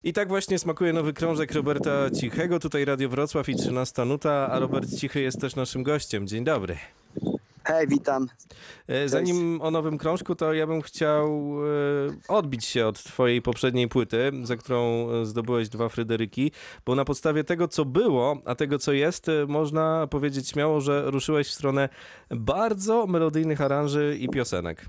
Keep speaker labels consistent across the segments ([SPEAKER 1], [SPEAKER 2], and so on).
[SPEAKER 1] I tak właśnie smakuje nowy krążek Roberta Cichego. Tutaj Radio Wrocław i 13 nuta, a Robert Cichy jest też naszym gościem. Dzień dobry.
[SPEAKER 2] Hej, witam. Cześć.
[SPEAKER 1] Zanim o nowym krążku, to ja bym chciał odbić się od twojej poprzedniej płyty, za którą zdobyłeś 2 Fryderyki, bo na podstawie tego, co było, a tego, co jest, można powiedzieć śmiało, że ruszyłeś w stronę bardzo melodyjnych aranży i piosenek.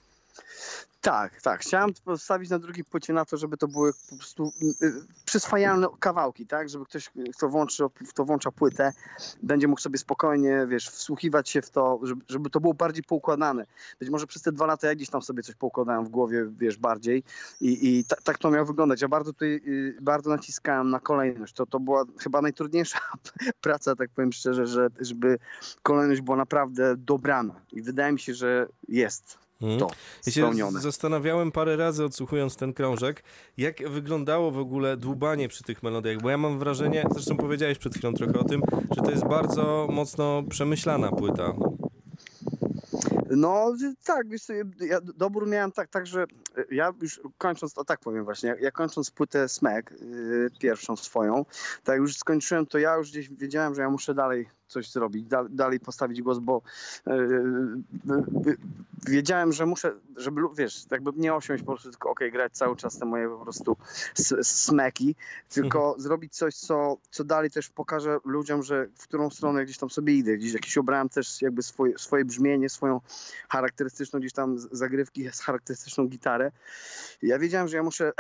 [SPEAKER 2] Tak. Chciałem postawić na drugiej płycie na to, żeby to były po prostu przyswajalne kawałki, tak? Żeby ktoś, kto włącza płytę, będzie mógł sobie spokojnie, wsłuchiwać się w to, żeby to było bardziej poukładane. Być może przez te 2 lata ja gdzieś tam sobie coś poukładałem w głowie, bardziej i tak to miało wyglądać. Ja bardzo naciskałem na kolejność. To była chyba najtrudniejsza praca, tak powiem szczerze, żeby kolejność była naprawdę dobrana. I wydaje mi się, że jest to
[SPEAKER 1] Ja się
[SPEAKER 2] spełnione.
[SPEAKER 1] zastanawiałem parę razy, odsłuchując ten krążek, jak wyglądało w ogóle dłubanie przy tych melodiach, bo ja mam wrażenie, zresztą powiedziałeś przed chwilą trochę o tym, że to jest bardzo mocno przemyślana płyta.
[SPEAKER 2] No tak, wiesz co, ja dobór miałem tak, że ja już kończąc, tak powiem właśnie, ja kończąc płytę Smek, pierwszą swoją, tak już skończyłem, to ja już gdzieś wiedziałem, że ja muszę dalej coś zrobić, dalej postawić głos, bo wiedziałem, że muszę, żeby, jakby nie osiąść po prostu tylko grać cały czas te moje po prostu smeki, tylko zrobić coś, co dalej też pokaże ludziom, że w którą stronę gdzieś tam sobie idę, gdzieś jakieś obrałem też jakby swoje brzmienie, swoją charakterystyczną gdzieś tam zagrywki, charakterystyczną gitarę. Ja wiedziałem, że ja muszę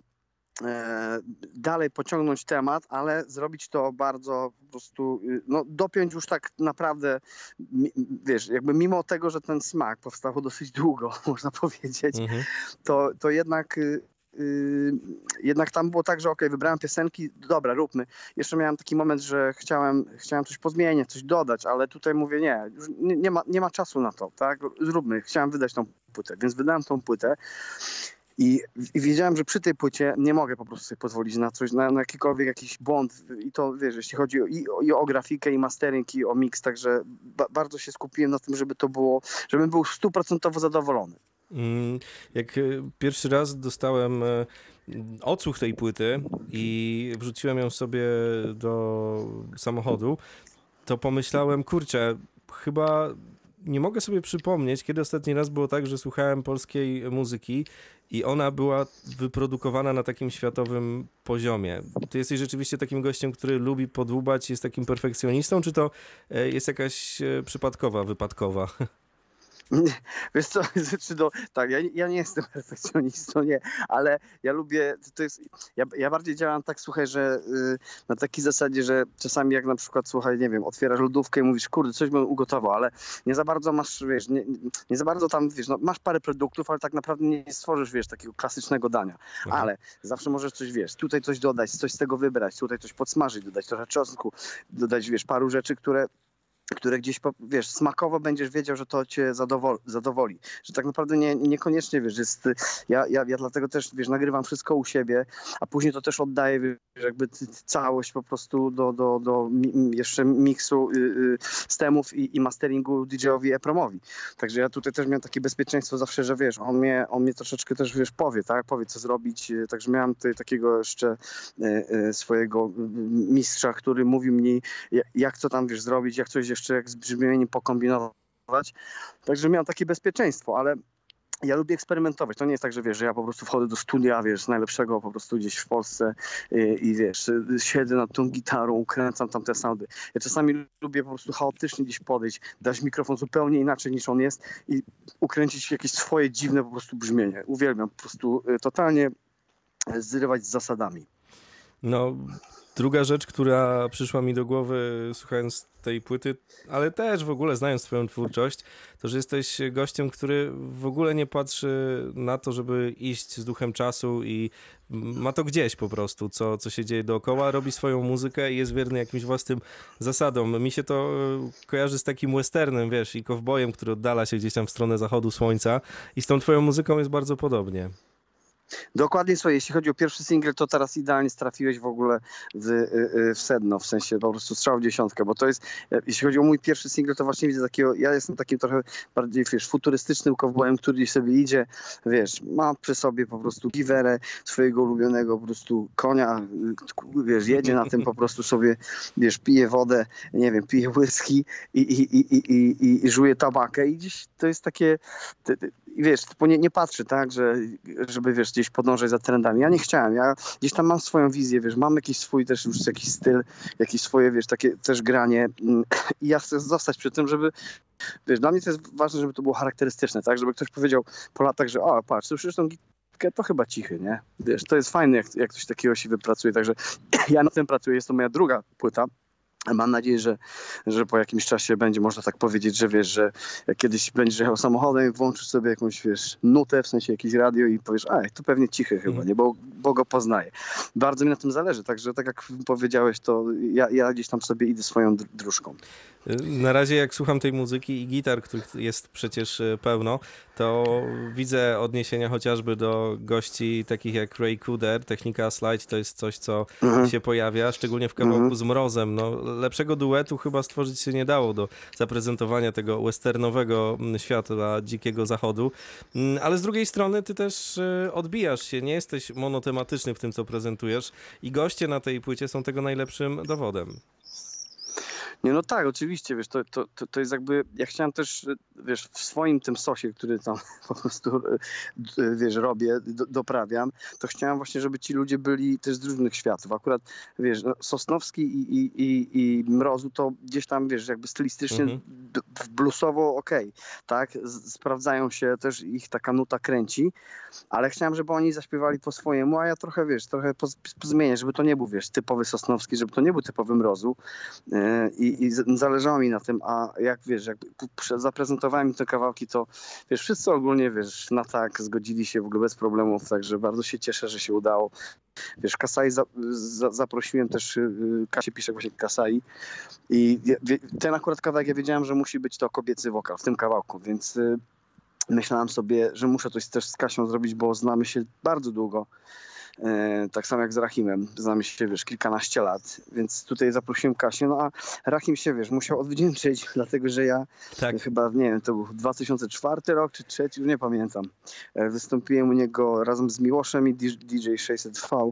[SPEAKER 2] dalej pociągnąć temat, ale zrobić to bardzo po prostu, dopiąć już tak naprawdę, jakby mimo tego, że ten smak powstał dosyć długo, można powiedzieć, to jednak tam było tak, że wybrałem piosenki, dobra, róbmy. Jeszcze miałem taki moment, że chciałem coś pozmieniać, coś dodać, ale tutaj mówię, już nie ma czasu na to, tak? Zróbmy, chciałem wydać tą płytę, więc wydałem tą płytę. I wiedziałem, że przy tej płycie nie mogę po prostu sobie pozwolić na coś, na jakikolwiek jakiś błąd. I to jeśli chodzi o grafikę, i mastering, i o mix, także bardzo się skupiłem na tym, żebym był 100% zadowolony.
[SPEAKER 1] Jak pierwszy raz dostałem odsłuch tej płyty i wrzuciłem ją sobie do samochodu, to pomyślałem, kurczę, chyba nie mogę sobie przypomnieć, kiedy ostatni raz było tak, że słuchałem polskiej muzyki i ona była wyprodukowana na takim światowym poziomie. Ty jesteś rzeczywiście takim gościem, który lubi podłubać, jest takim perfekcjonistą, czy to jest jakaś wypadkowa?
[SPEAKER 2] Wiesz co, tak, ja nie jestem perfekcjonistą, nie, ale ja lubię, ja bardziej działam tak, słuchaj, że na takiej zasadzie, że czasami jak na przykład, słuchaj, nie wiem, otwierasz lodówkę i mówisz, kurde, coś bym ugotował, ale nie za bardzo masz, nie za bardzo tam, masz parę produktów, ale tak naprawdę nie stworzysz, takiego klasycznego dania, ale zawsze możesz coś, tutaj coś dodać, coś z tego wybrać, tutaj coś podsmażyć, dodać trochę czosnku, dodać, paru rzeczy, które gdzieś, smakowo będziesz wiedział, że to cię zadowoli. Że tak naprawdę niekoniecznie, jest... Ja dlatego też, nagrywam wszystko u siebie, a później to też oddaję, jakby całość po prostu do jeszcze miksu stemów i masteringu DJ-owi Epromowi. Także ja tutaj też miałem takie bezpieczeństwo zawsze, że on mnie troszeczkę też, powie, tak? Powie, co zrobić. Także miałem tutaj takiego jeszcze swojego mistrza, który mówił mi, jak co tam, zrobić, jak coś jeszcze jak z brzmieniem pokombinować. Także miałem takie bezpieczeństwo, ale ja lubię eksperymentować. To nie jest tak, że ja po prostu wchodzę do studia, najlepszego po prostu gdzieś w Polsce i siedzę nad tą gitarą, ukręcam tam te soundy. Ja czasami lubię po prostu chaotycznie gdzieś podejść, dać mikrofon zupełnie inaczej niż on jest i ukręcić jakieś swoje dziwne po prostu brzmienie. Uwielbiam po prostu totalnie zrywać z zasadami.
[SPEAKER 1] No, druga rzecz, która przyszła mi do głowy słuchając tej płyty, ale też w ogóle znając twoją twórczość, to, że jesteś gościem, który w ogóle nie patrzy na to, żeby iść z duchem czasu i ma to gdzieś po prostu, co się dzieje dookoła, robi swoją muzykę i jest wierny jakimś własnym zasadom. Mi się to kojarzy z takim westernem, i kowbojem, który oddala się gdzieś tam w stronę zachodu słońca i z tą twoją muzyką jest bardzo podobnie.
[SPEAKER 2] Dokładnie słuchaj, jeśli chodzi o pierwszy singiel, to teraz idealnie trafiłeś w ogóle w sedno, w sensie po prostu strzał w dziesiątkę, bo to jest, jeśli chodzi o mój pierwszy singiel, to właśnie widzę takiego, ja jestem takim trochę bardziej, wiesz, futurystycznym kowbojem, który gdzieś sobie idzie, wiesz, ma przy sobie po prostu giwerę swojego ulubionego po prostu konia, wiesz, jedzie na tym po prostu sobie, wiesz, pije wodę, nie wiem, pije whisky i żuje tabakę i gdzieś to jest takie, i wiesz, nie patrzy, tak, żeby, wiesz, gdzieś podążać za trendami. Ja nie chciałem, ja gdzieś tam mam swoją wizję, wiesz, mam jakiś swój też już jakiś styl, jakieś swoje, wiesz, takie też granie i ja chcę zostać przy tym, żeby, wiesz, dla mnie to jest ważne, żeby to było charakterystyczne, tak, żeby ktoś powiedział po latach, że o, patrz, to przecież tą gitarkę to chyba cichy, nie? Wiesz, to jest fajne, jak coś takiego się wypracuje, także ja na tym pracuję, jest to moja druga płyta. Mam nadzieję, że po jakimś czasie będzie można tak powiedzieć, że wiesz, że jak kiedyś będziesz jechał samochodem, włączysz sobie jakąś, wiesz, nutę, w sensie jakieś radio i powiesz, to pewnie cichy chyba, nie, bo go poznaję. Bardzo mi na tym zależy, także tak jak powiedziałeś, to ja gdzieś tam sobie idę swoją dróżką.
[SPEAKER 1] Na razie jak słucham tej muzyki i gitar, których jest przecież pełno, to widzę odniesienia chociażby do gości takich jak Ray Cooder. Technika slide to jest coś, co się pojawia, szczególnie w kawałku z Mrozem. No, lepszego duetu chyba stworzyć się nie dało do zaprezentowania tego westernowego świata dzikiego zachodu. Ale z drugiej strony ty też odbijasz się, nie jesteś monotematyczny w tym, co prezentujesz i goście na tej płycie są tego najlepszym dowodem.
[SPEAKER 2] Nie, no tak, oczywiście, wiesz, to jest jakby, ja chciałem też, wiesz, w swoim tym sosie, który tam po prostu, wiesz, robię, doprawiam, to chciałem właśnie, żeby ci ludzie byli też z różnych światów. Akurat, wiesz, Sosnowski i Mrozu to gdzieś tam, wiesz, jakby stylistycznie bluesowo okej, tak, sprawdzają się, też ich taka nuta kręci, ale chciałem, żeby oni zaśpiewali po swojemu, a ja trochę, wiesz, trochę pozmienię, żeby to nie był, wiesz, typowy Sosnowski, żeby to nie był typowy Mrozu. I zależało mi na tym, a jak wiesz, jak zaprezentowałem mi te kawałki, to wiesz, wszyscy ogólnie, wiesz, na tak zgodzili się w ogóle bez problemów, także bardzo się cieszę, że się udało. Wiesz, Kasai zaprosiłem też, Kasię Piszek, właśnie Kasai i ten akurat kawałek, ja wiedziałem, że musi być to kobiecy wokal w tym kawałku, więc myślałem sobie, że muszę coś też z Kasią zrobić, bo znamy się bardzo długo. Tak samo jak z Rahimem. Znamy się, wiesz, kilkanaście lat, więc tutaj zaprosiłem Kasię, no a Rahim się, wiesz, musiał odwdzięczyć, dlatego że ja chyba, nie wiem, to był 2004 rok czy 2003, już nie pamiętam. Wystąpiłem u niego razem z Miłoszem i DJ 600V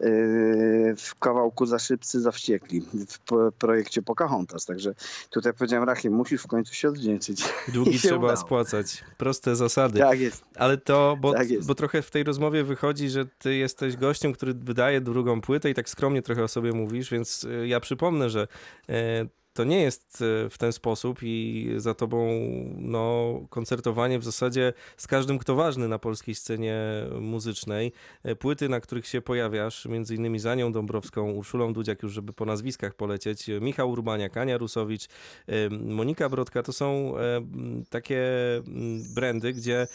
[SPEAKER 2] w kawałku Za szybcy, za wściekli w projekcie Pocahontas, także tutaj powiedziałem, Rahim, musisz w końcu się odwdzięczyć.
[SPEAKER 1] Długi trzeba spłacać. Proste zasady.
[SPEAKER 2] Tak jest.
[SPEAKER 1] Ale to, bo trochę w tej rozmowie wychodzi, że ty jesteś gościem, który wydaje drugą płytę i tak skromnie trochę o sobie mówisz, więc ja przypomnę, że to nie jest w ten sposób i za tobą no, koncertowanie w zasadzie z każdym, kto ważny na polskiej scenie muzycznej. Płyty, na których się pojawiasz, między innymi z Anią Dąbrowską, Urszulą Dudziak, już żeby po nazwiskach polecieć, Michał Urbaniak, Ania Rusowicz, Monika Brodka, to są takie brandy, gdzie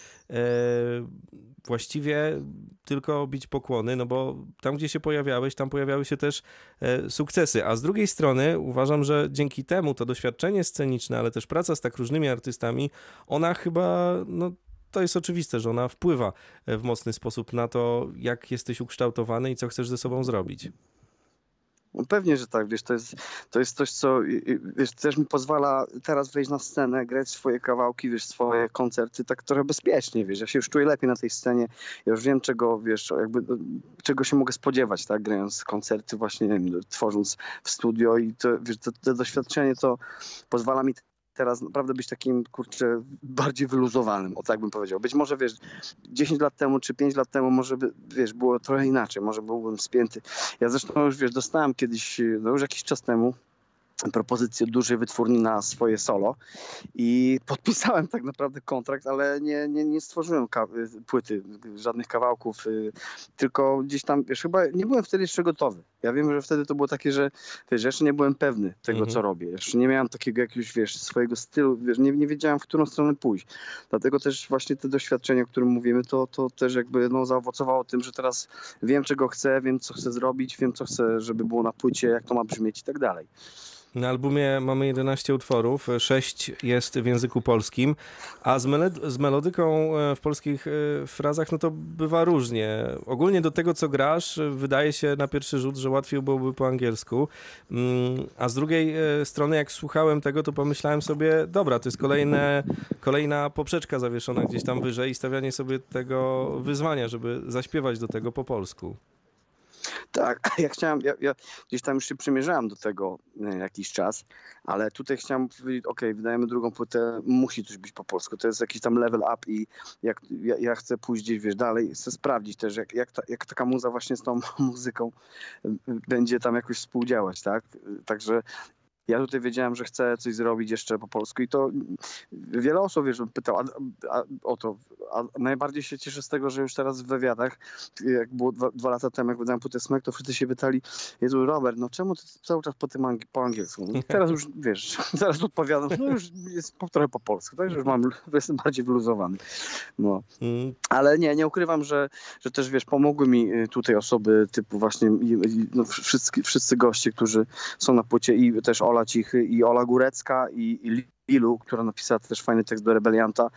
[SPEAKER 1] właściwie tylko bić pokłony, no bo tam, gdzie się pojawiałeś, tam pojawiały się też sukcesy, a z drugiej strony uważam, że dzięki temu to doświadczenie sceniczne, ale też praca z tak różnymi artystami, ona chyba, no to jest oczywiste, że ona wpływa w mocny sposób na to, jak jesteś ukształtowany i co chcesz ze sobą zrobić.
[SPEAKER 2] No pewnie, że tak, wiesz, to jest coś, co, wiesz, też mi pozwala teraz wejść na scenę, grać swoje kawałki, wiesz, swoje koncerty tak trochę bezpiecznie, wiesz, ja się już czuję lepiej na tej scenie, ja już wiem, czego, wiesz, jakby, czego się mogę spodziewać, tak, grając koncerty właśnie, nie wiem, tworząc w studio i to, wiesz, to doświadczenie to pozwala mi teraz naprawdę być takim, kurczę, bardziej wyluzowanym, o tak bym powiedział. Być może, wiesz, 10 lat temu czy 5 lat temu może by, wiesz, było trochę inaczej, może byłbym spięty. Ja zresztą już, wiesz, dostałem kiedyś, no już jakiś czas temu, propozycję dużej wytwórni na swoje solo i podpisałem tak naprawdę kontrakt, ale nie stworzyłem płyty, żadnych kawałków, tylko gdzieś tam, wiesz, chyba nie byłem wtedy jeszcze gotowy. Ja wiem, że wtedy to było takie, że wiesz, jeszcze nie byłem pewny tego, co robię. Jeszcze nie miałem takiego jakiegoś, wiesz, swojego stylu, wiesz, nie wiedziałem, w którą stronę pójść. Dlatego też właśnie te doświadczenie, o którym mówimy, to też jakby no, zaowocowało tym, że teraz wiem, czego chcę, wiem, co chcę zrobić, wiem, co chcę, żeby było na płycie, jak to ma brzmieć i tak dalej.
[SPEAKER 1] Na albumie mamy 11 utworów, 6 jest w języku polskim, a z melodyką w polskich frazach no to bywa różnie. Ogólnie do tego, co grasz, wydaje się na pierwszy rzut, że łatwiej byłoby po angielsku, a z drugiej strony, jak słuchałem tego, to pomyślałem sobie, dobra, to jest kolejna poprzeczka zawieszona gdzieś tam wyżej i stawianie sobie tego wyzwania, żeby zaśpiewać do tego po polsku.
[SPEAKER 2] Tak, ja gdzieś tam już się przymierzałem do tego jakiś czas, ale tutaj chciałem powiedzieć, okej, wydajemy drugą płytę, musi coś być po polsku, to jest jakiś tam level up i ja chcę pójść gdzieś, wiesz, dalej, chcę sprawdzić też, jak taka muza właśnie z tą muzyką będzie tam jakoś współdziałać, tak? Także ja tutaj wiedziałem, że chcę coś zrobić jeszcze po polsku i to wiele osób, wiesz, pytał o to. A najbardziej się cieszę z tego, że już teraz w wywiadach, jak było 2 lata temu, jak wydałem płytę Smek, to wszyscy się pytali, Jezu, Robert, no czemu ty cały czas po angielsku? No, teraz już, wiesz, teraz odpowiadam, no już jest trochę po polsku, także już jestem bardziej wyluzowany. No. Ale nie ukrywam, że też, wiesz, pomogły mi tutaj osoby typu właśnie no, wszyscy goście, którzy są na płycie i też Ola Cichy i Ola Górecka i Lilu, która napisała też fajny tekst do Rebelianta.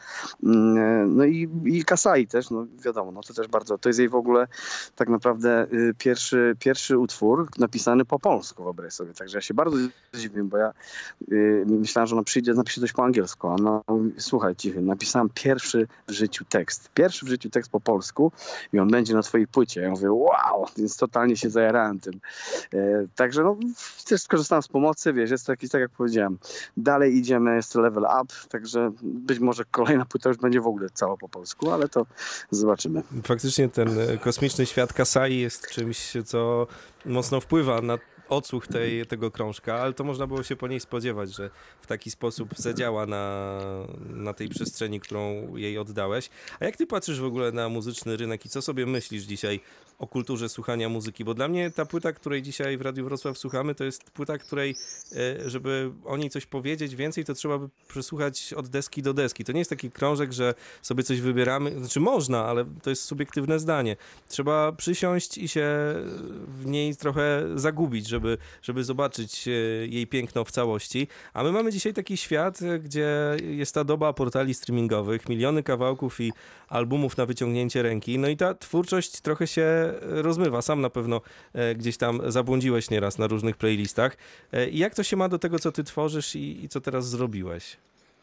[SPEAKER 2] No i Kasai też, no wiadomo, no to też bardzo, to jest jej w ogóle tak naprawdę pierwszy utwór napisany po polsku, wyobraź sobie. Także ja się bardzo dziwię, bo ja myślałem, że ona napisze coś po angielsku, a ona mówi, słuchaj Cichy, napisałem pierwszy w życiu tekst po polsku i on będzie na twojej płycie. Ja mówię, wow, więc totalnie się zajarałem tym. Także no, też skorzystałem z pomocy, wiesz, jest to jakiś, tak jak powiedziałem, dalej idziemy, jest to level up, także być może kolejna płyta już będzie w ogóle cała po polsku, ale to zobaczymy.
[SPEAKER 1] Faktycznie ten kosmiczny świat Kasai jest czymś, co mocno wpływa na odsłuch tego krążka, ale to można było się po niej spodziewać, że w taki sposób zadziała na tej przestrzeni, którą jej oddałeś. A jak ty patrzysz w ogóle na muzyczny rynek i co sobie myślisz dzisiaj o kulturze słuchania muzyki? Bo dla mnie ta płyta, której dzisiaj w Radiu Wrocław słuchamy, to jest płyta, której, żeby o niej coś powiedzieć więcej, to trzeba by przesłuchać od deski do deski. To nie jest taki krążek, że sobie coś wybieramy, znaczy można, ale to jest subiektywne zdanie. Trzeba przysiąść i się w niej trochę zagubić, żeby zobaczyć jej piękno w całości. A my mamy dzisiaj taki świat, gdzie jest ta doba portali streamingowych, miliony kawałków i albumów na wyciągnięcie ręki. No i ta twórczość trochę się rozmywa. Sam na pewno gdzieś tam zabłądziłeś nieraz na różnych playlistach. I jak to się ma do tego, co ty tworzysz i co teraz zrobiłeś?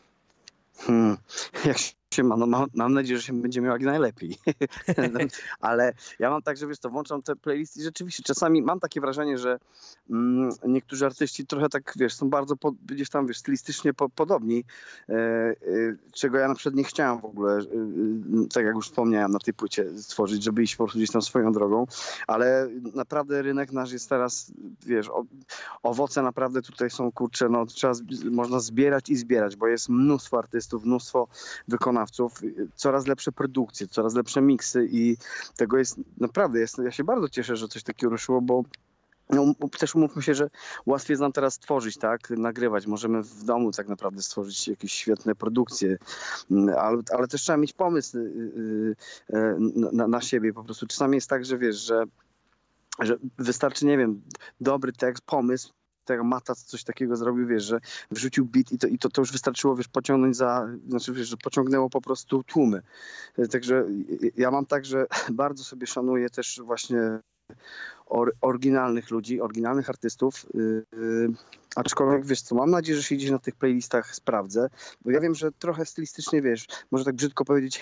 [SPEAKER 2] Jak się ma, no mam nadzieję, że się będzie miał jak najlepiej. Ale ja mam tak, że wiesz, to włączam te playlisty i rzeczywiście czasami mam takie wrażenie, że niektórzy artyści trochę tak, wiesz, są bardzo gdzieś tam, wiesz, stylistycznie podobni, czego ja na przykład nie chciałem w ogóle, tak jak już wspomniałem, na tej płycie stworzyć, żeby iść po prostu gdzieś tam swoją drogą, ale naprawdę rynek nasz jest teraz, wiesz, owoce naprawdę tutaj są, kurczę, no można zbierać, bo jest mnóstwo artystów, mnóstwo wykonawców, coraz lepsze produkcje, coraz lepsze miksy i tego jest naprawdę, ja się bardzo cieszę, że coś takiego ruszyło, bo no, też umówmy się, że łatwiej jest nam teraz tworzyć, tak, nagrywać. Możemy w domu tak naprawdę stworzyć jakieś świetne produkcje, ale też trzeba mieć pomysł na siebie po prostu. Czasami jest tak, że wiesz, że wystarczy, nie wiem, dobry tekst, pomysł, tego Mata coś takiego zrobił, wiesz, że wrzucił beat i to już wystarczyło, wiesz, pociągnąć znaczy, wiesz, że pociągnęło po prostu tłumy. Także ja mam tak, że bardzo sobie szanuję też właśnie oryginalnych ludzi, oryginalnych artystów, aczkolwiek wiesz co, mam nadzieję, że się gdzieś na tych playlistach sprawdzę, bo ja wiem, że trochę stylistycznie, wiesz, może tak brzydko powiedzieć,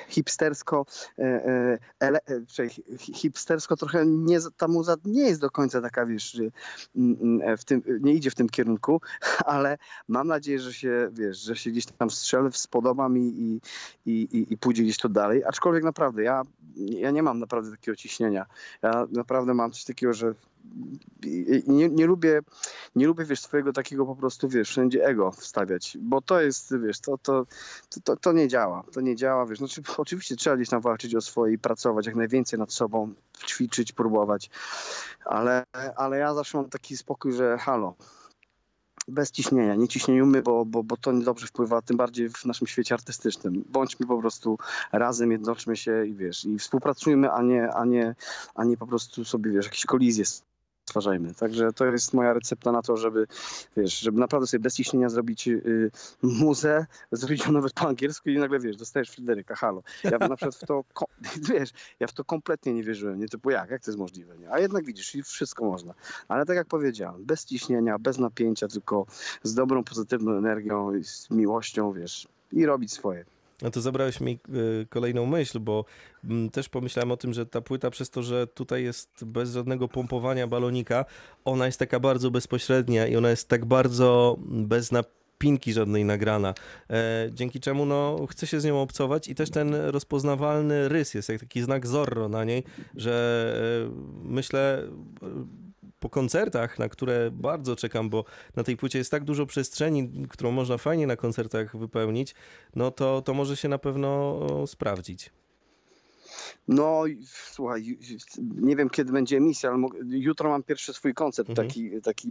[SPEAKER 2] hipstersko trochę ta muza nie jest do końca taka, wiesz, nie idzie w tym kierunku, ale mam nadzieję, że się, wiesz, że się gdzieś tam strzelę, spodoba mi i pójdzie gdzieś to dalej, aczkolwiek naprawdę, ja nie mam naprawdę takiego ciśnienia, ja naprawdę mam coś takiego, że nie lubię, wiesz, swojego takiego po prostu, wiesz, wszędzie ego wstawiać, bo to jest, wiesz, to nie działa, wiesz, znaczy oczywiście trzeba gdzieś tam walczyć o swoje i pracować jak najwięcej nad sobą, ćwiczyć, próbować, ale ja zawsze mam taki spokój, że halo, bez ciśnienia, nie ciśniejmy, bo to niedobrze wpływa, tym bardziej w naszym świecie artystycznym. Bądźmy po prostu razem, jednoczmy się i wiesz, i współpracujmy, a nie po prostu sobie, wiesz, jakieś kolizje stwarzajmy. Także to jest moja recepta na to, żeby, wiesz, żeby naprawdę sobie bez ciśnienia zrobić muzę, zrobić ją nawet po angielsku i nagle, wiesz, dostajesz Fryderyka, halo. Ja na przykład w to, wiesz, ja w to kompletnie nie wierzyłem, nie typu jak to jest możliwe, nie? A jednak widzisz, i wszystko można. Ale tak jak powiedziałem, bez ciśnienia, bez napięcia, tylko z dobrą, pozytywną energią i z miłością, wiesz, i robić swoje.
[SPEAKER 1] No to zabrałeś mi kolejną myśl, bo też pomyślałem o tym, że ta płyta przez to, że tutaj jest bez żadnego pompowania balonika, ona jest taka bardzo bezpośrednia i ona jest tak bardzo bez napinki żadnej nagrana, dzięki czemu no, chce się z nią obcować i też ten rozpoznawalny rys jest jak taki znak Zorro na niej, że myślę po koncertach, na które bardzo czekam, bo na tej płycie jest tak dużo przestrzeni, którą można fajnie na koncertach wypełnić, no to może się na pewno sprawdzić.
[SPEAKER 2] No, słuchaj, nie wiem kiedy będzie emisja, ale jutro mam pierwszy swój koncert, taki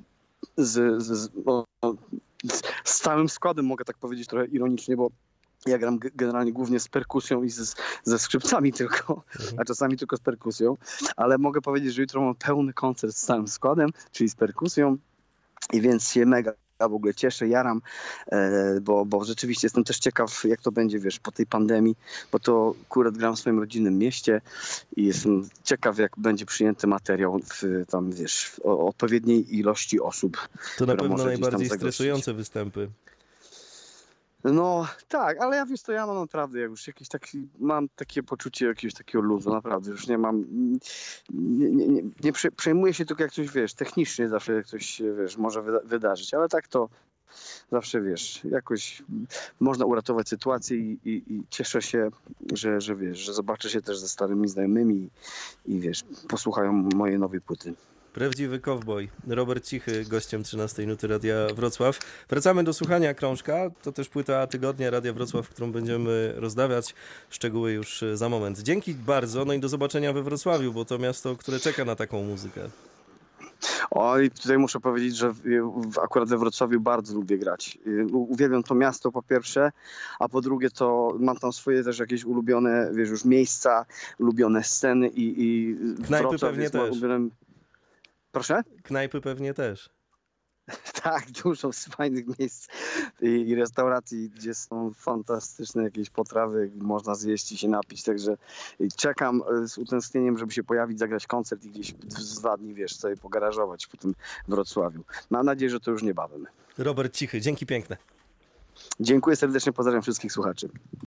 [SPEAKER 2] z stałym składem, mogę tak powiedzieć trochę ironicznie, bo ja gram generalnie głównie z perkusją i ze skrzypcami tylko, a czasami tylko z perkusją, ale mogę powiedzieć, że jutro mam pełny koncert z całym składem, czyli z perkusją i więc się mega w ogóle cieszę, jaram, bo rzeczywiście jestem też ciekaw, jak to będzie, wiesz, po tej pandemii, bo to akurat gram w swoim rodzinnym mieście i jestem ciekaw, jak będzie przyjęty materiał w tam, wiesz, o odpowiedniej ilości osób.
[SPEAKER 1] To na pewno najbardziej stresujące występy.
[SPEAKER 2] No tak, ale ja wiesz to ja mam naprawdę już jakiś taki, mam takie poczucie jakiegoś takiego luzu, naprawdę już nie mam, nie przejmuję się tylko jak coś, wiesz, technicznie zawsze jak coś się, wiesz, może wydarzyć, ale tak to zawsze, wiesz, jakoś można uratować sytuację i cieszę się, że wiesz, że zobaczę się też ze starymi znajomymi i wiesz, posłuchają mojej nowej płyty.
[SPEAKER 1] Prawdziwy cowboy. Robert Cichy, gościem 13 Nuty Radia Wrocław. Wracamy do słuchania Krążka. To też płyta tygodnia Radia Wrocław, którą będziemy rozdawiać. Szczegóły już za moment. Dzięki bardzo, no i do zobaczenia we Wrocławiu, bo to miasto, które czeka na taką muzykę.
[SPEAKER 2] Oj, tutaj muszę powiedzieć, że akurat we Wrocławiu bardzo lubię grać. Uwielbiam to miasto po pierwsze, a po drugie to mam tam swoje też jakieś ulubione, wiesz, już miejsca, ulubione sceny i
[SPEAKER 1] knajpy
[SPEAKER 2] Wrocław
[SPEAKER 1] pewnie
[SPEAKER 2] jest
[SPEAKER 1] też.
[SPEAKER 2] ulubionym... Proszę?
[SPEAKER 1] Knajpy pewnie też.
[SPEAKER 2] Tak, dużo fajnych miejsc i restauracji, gdzie są fantastyczne jakieś potrawy, można zjeść i się napić, także czekam z utęsknieniem, żeby się pojawić, zagrać koncert i gdzieś z 2 dni, wiesz, sobie pogarażować po tym Wrocławiu. Mam nadzieję, że to już niebawem.
[SPEAKER 1] Robert Cichy, dzięki piękne.
[SPEAKER 2] Dziękuję serdecznie, pozdrawiam wszystkich słuchaczy.